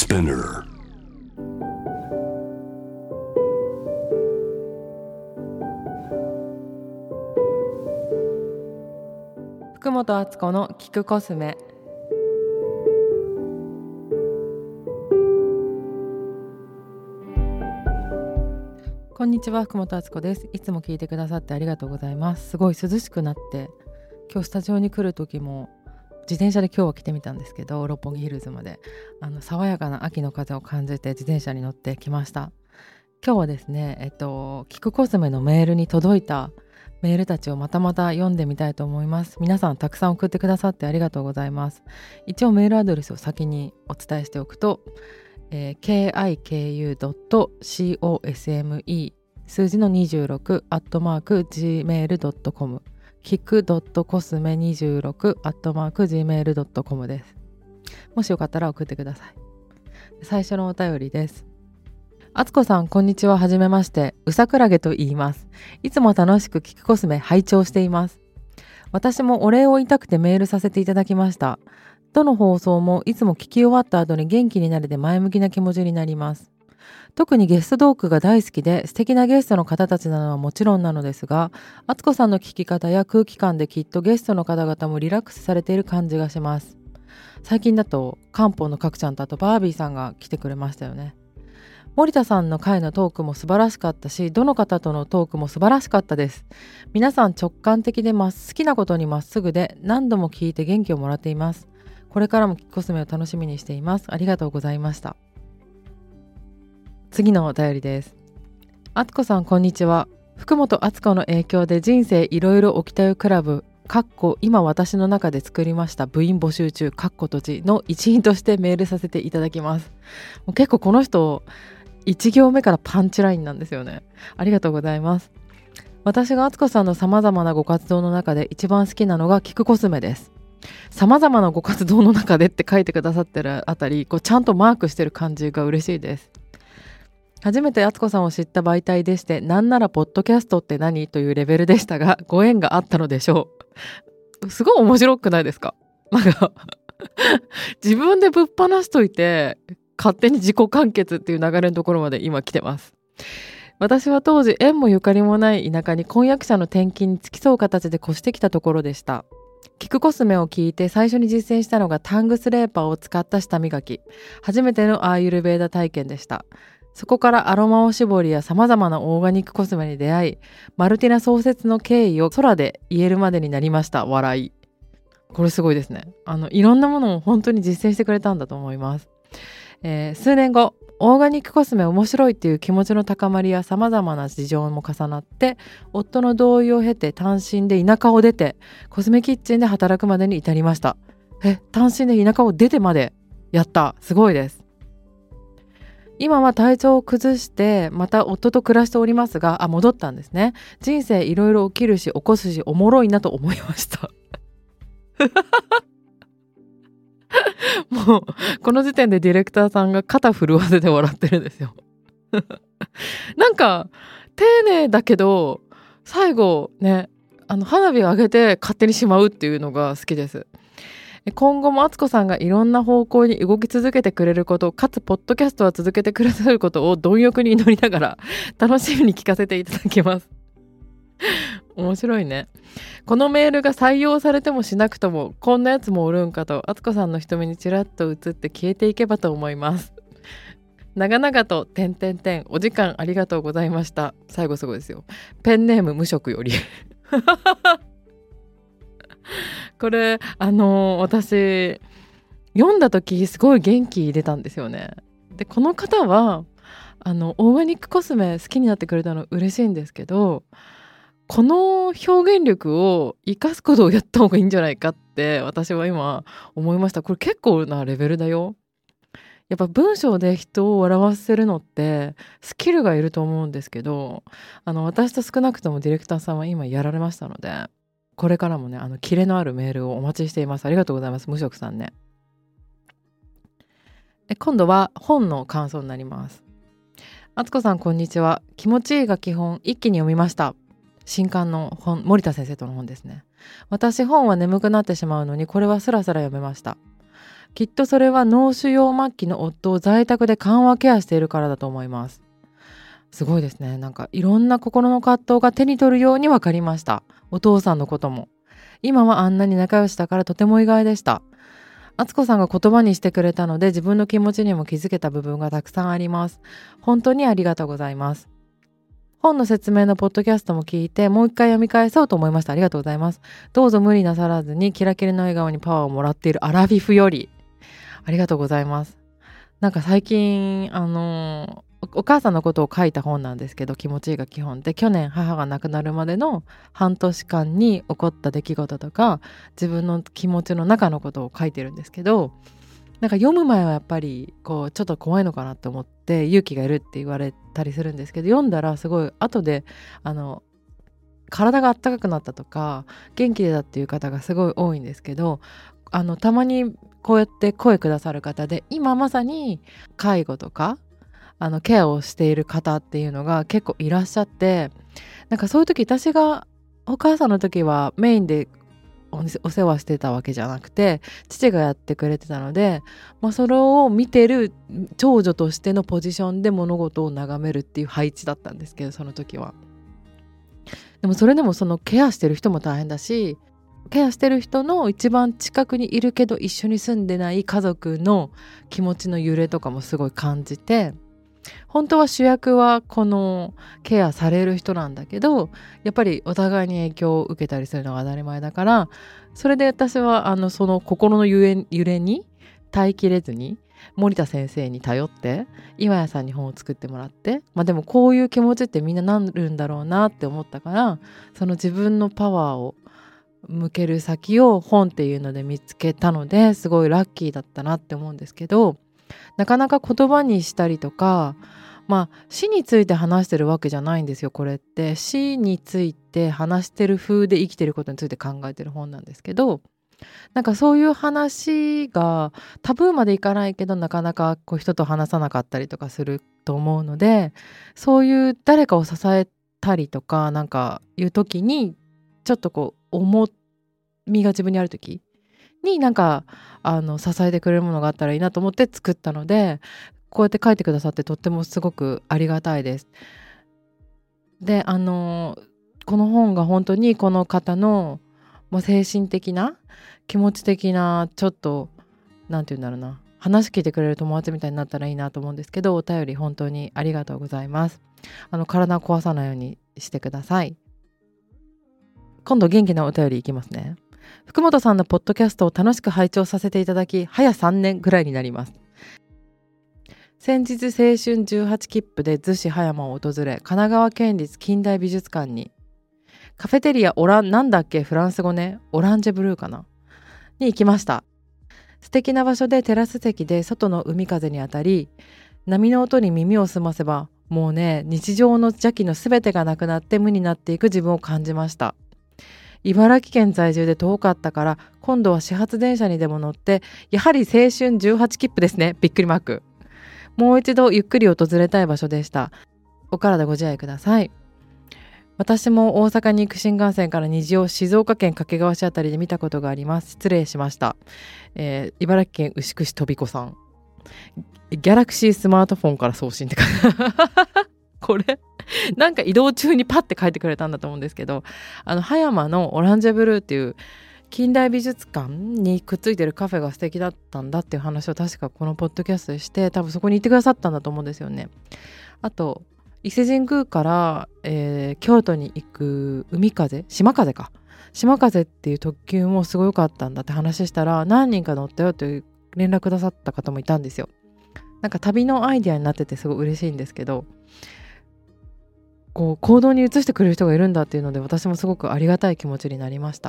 Spinner. 福本敦子の聞くコスメ。こんにちは、福本敦子です。いつも聞いてくださってありがとうございます。すごい涼しくなって、今日スタジオに来る時も自転車で今日は来てみたんですけど、六本木ヒルズまで爽やかな秋の風を感じて自転車に乗ってきました。今日はですね、聞くコスメのメールに届いたメールたちをまた読んでみたいと思います。皆さんたくさん送ってくださってありがとうございます。一応メールアドレスを先にお伝えしておくと、kiku.cosme 数字の26 @gmail.com kiku.cosme26 @gmail.com です。もしよかったら送ってください。最初のお便りです。あつこさん、こんにちは。はじめまして。うさくらげと言います。いつも楽しく聞くコスメ拝聴しています。私もお礼を言いたくてメールさせていただきました。どの放送もいつも聞き終わった後に元気になれて前向きな気持ちになります。特にゲストトークが大好きで素敵なゲストの方たちなのはもちろんなのですが、あつこさんの聞き方や空気感できっとゲストの方々もリラックスされている感じがします。最近だと漢方のかくちゃんとあとバービーさんが来てくれましたよね。森田さんの回のトークも素晴らしかったし、どの方とのトークも素晴らしかったです。皆さん直感的で好きなことにまっすぐで何度も聞いて元気をもらっています。これからもコスメを楽しみにしています。ありがとうございました。次のお便りです。あつこさん、こんにちは。福本あつこの影響で人生いろいろ起きたよクラブ今私の中で作りました部員募集中閉じの一員としてメールさせていただきます。もう結構この人1行目からパンチラインなんですよね。ありがとうございます。私があつこさんの様々なご活動の中で一番好きなのが聞くコスメです。様々なご活動の中でって書いてくださってるあたり、ちゃんとマークしてる感じが嬉しいです。初めてあつこさんを知った媒体でして、なんならポッドキャストって何というレベルでしたが、ご縁があったのでしょう。すごい面白くないですか？なんか自分でぶっ放しといて勝手に自己完結っていう流れのところまで今来てます。私は当時縁もゆかりもない田舎に婚約者の転勤に付き添う形で越してきたところでした。聞くコスメを聞いて最初に実践したのがタングスレーパーを使った舌磨き。初めてのアーユルベーダ体験でした。そこからアロマおしぼりや様々なオーガニックコスメに出会い、マルティナ創設の経緯を空で言えるまでになりました。笑い。これすごいですね。いろんなものを本当に実践してくれたんだと思います。数年後、オーガニックコスメ面白いっていう気持ちの高まりや様々な事情も重なって、夫の同意を経て単身で田舎を出てコスメキッチンで働くまでに至りました。単身で田舎を出てまでやった。すごいです。今は体調を崩してまた夫と暮らしておりますが、戻ったんですね。人生いろいろ起きるし起こすしおもろいなと思いましたもうこの時点でディレクターさんが肩震わせて笑ってるんですよなんか丁寧だけど最後ね、花火を上げて勝手にしまうっていうのが好きです。今後もあつこさんがいろんな方向に動き続けてくれること、かつポッドキャストは続けてくださることを貪欲に祈りながら楽しみに聞かせていただきます面白いね。このメールが採用されてもしなくともこんなやつもおるんかと、あつこさんの瞳にちらっと映って消えていけばと思います。長々とお時間ありがとうございました。最後すごいですよ。ペンネーム無職よりこれ私読んだ時すごい元気出たんですよね。でこの方はオーガニックコスメ好きになってくれたの嬉しいんですけど、この表現力を生かすことをやった方がいいんじゃないかって私は今思いました。これ結構なレベルだよ。やっぱ文章で人を笑わせるのってスキルがいると思うんですけど、私と少なくともディレクターさんは今やられましたので、これからもねキレのあるメールをお待ちしています。ありがとうございます。無職さんね。今度は本の感想になります。あつこさん、こんにちは。気持ちいいが基本一気に読みました。新刊の本、森田先生との本ですね。私本は眠くなってしまうのにこれはスラスラ読めました。 きっとそれは脳腫瘍末期の夫を在宅で緩和ケアしているからだと思います。すごいですね。なんかいろんな心の葛藤が手に取るように分かりました。お父さんのことも。今はあんなに仲良しだからとても意外でした。敦子さんが言葉にしてくれたので自分の気持ちにも気づけた部分がたくさんあります。本当にありがとうございます。本の説明のポッドキャストも聞いてもう一回読み返そうと思いました。ありがとうございます。どうぞ無理なさらずにキラキラの笑顔にパワーをもらっているアラフィフより。ありがとうございます。なんか最近お母さんのことを書いた本なんですけど、気持ちいいが基本で、去年母が亡くなるまでの半年間に起こった出来事とか自分の気持ちの中のことを書いてるんですけど、なんか読む前はやっぱりこうちょっと怖いのかなって思って勇気がいるって言われたりするんですけど、読んだらすごい後で体が温かくなったとか元気だっていう方がすごい多いんですけど、たまにこうやって声くださる方で今まさに介護とかケアをしている方っていうのが結構いらっしゃって、なんかそういう時、私がお母さんの時はメインでお世話してたわけじゃなくて父がやってくれてたので、それを見てる長女としてのポジションで物事を眺めるっていう配置だったんですけど、その時は。でもそれでもそのケアしてる人も大変だし、ケアしてる人の一番近くにいるけど一緒に住んでない家族の気持ちの揺れとかもすごい感じて、本当は主役はこのケアされる人なんだけど、やっぱりお互いに影響を受けたりするのが当たり前だから、それで私はその心の揺れに耐えきれずに森田先生に頼って岩屋さんに本を作ってもらって、でもこういう気持ちってみんななるんだろうなって思ったから、その自分のパワーを向ける先を本っていうので見つけたので、すごいラッキーだったなって思うんですけど、なかなか言葉にしたりとか、死について話してるわけじゃないんですよ。これって死について話してる風で生きてることについて考えてる本なんですけど、なんかそういう話がタブーまでいかないけど、なかなかこう人と話さなかったりとかすると思うので、そういう誰かを支えたりとかなんかいう時にちょっとこう重みが自分にある時になんか支えてくれるものがあったらいいなと思って作ったので、こうやって書いてくださってとってもすごくありがたいです。でこの本が本当にこの方の精神的な気持ち的なちょっとなんて言うんだろうな、話聞いてくれる友達みたいになったらいいなと思うんですけど、お便り本当にありがとうございます。体を壊さないようにしてください。今度元気なお便りいきますね。福本さんのポッドキャストを楽しく拝聴させていただき早3年ぐらいになります。先日青春18切符で逗子葉山を訪れ、神奈川県立近代美術館にカフェテリアなんだっけフランス語ね、オランジェブルーかなに行きました。素敵な場所でテラス席で外の海風に当たり、波の音に耳を澄ませばもうね、日常の邪気のすべてがなくなって無になっていく自分を感じました。茨城県在住で遠かったから今度は始発電車にでも乗って、やはり青春18切符ですね、びっくりマーク。もう一度ゆっくり訪れたい場所でした。お体ご自愛ください。私も大阪に行く新幹線から虹を静岡県掛川市あたりで見たことがあります。失礼しました。茨城県牛久市とびこさん。ギャラクシースマートフォンから送信ってこれなんか移動中にパッて書いてくれたんだと思うんですけど、葉山のオランジェブルーっていう近代美術館にくっついてるカフェが素敵だったんだっていう話を確かこのポッドキャストでして、多分そこに行ってくださったんだと思うんですよね。あと伊勢神宮から、京都に行く島風っていう特急もすごい良かったんだって話したら、何人か乗ったよという連絡くださった方もいたんですよ。なんか旅のアイデアになっててすごい嬉しいんですけど、こう行動に移してくれる人がいるんだっていうので、私もすごくありがたい気持ちになりました。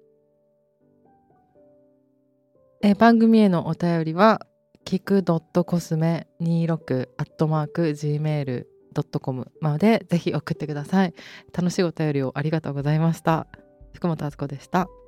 番組へのお便りはキク.cosme26@gmail.com までぜひ送ってください。楽しいお便りをありがとうございました。福本敦子でした。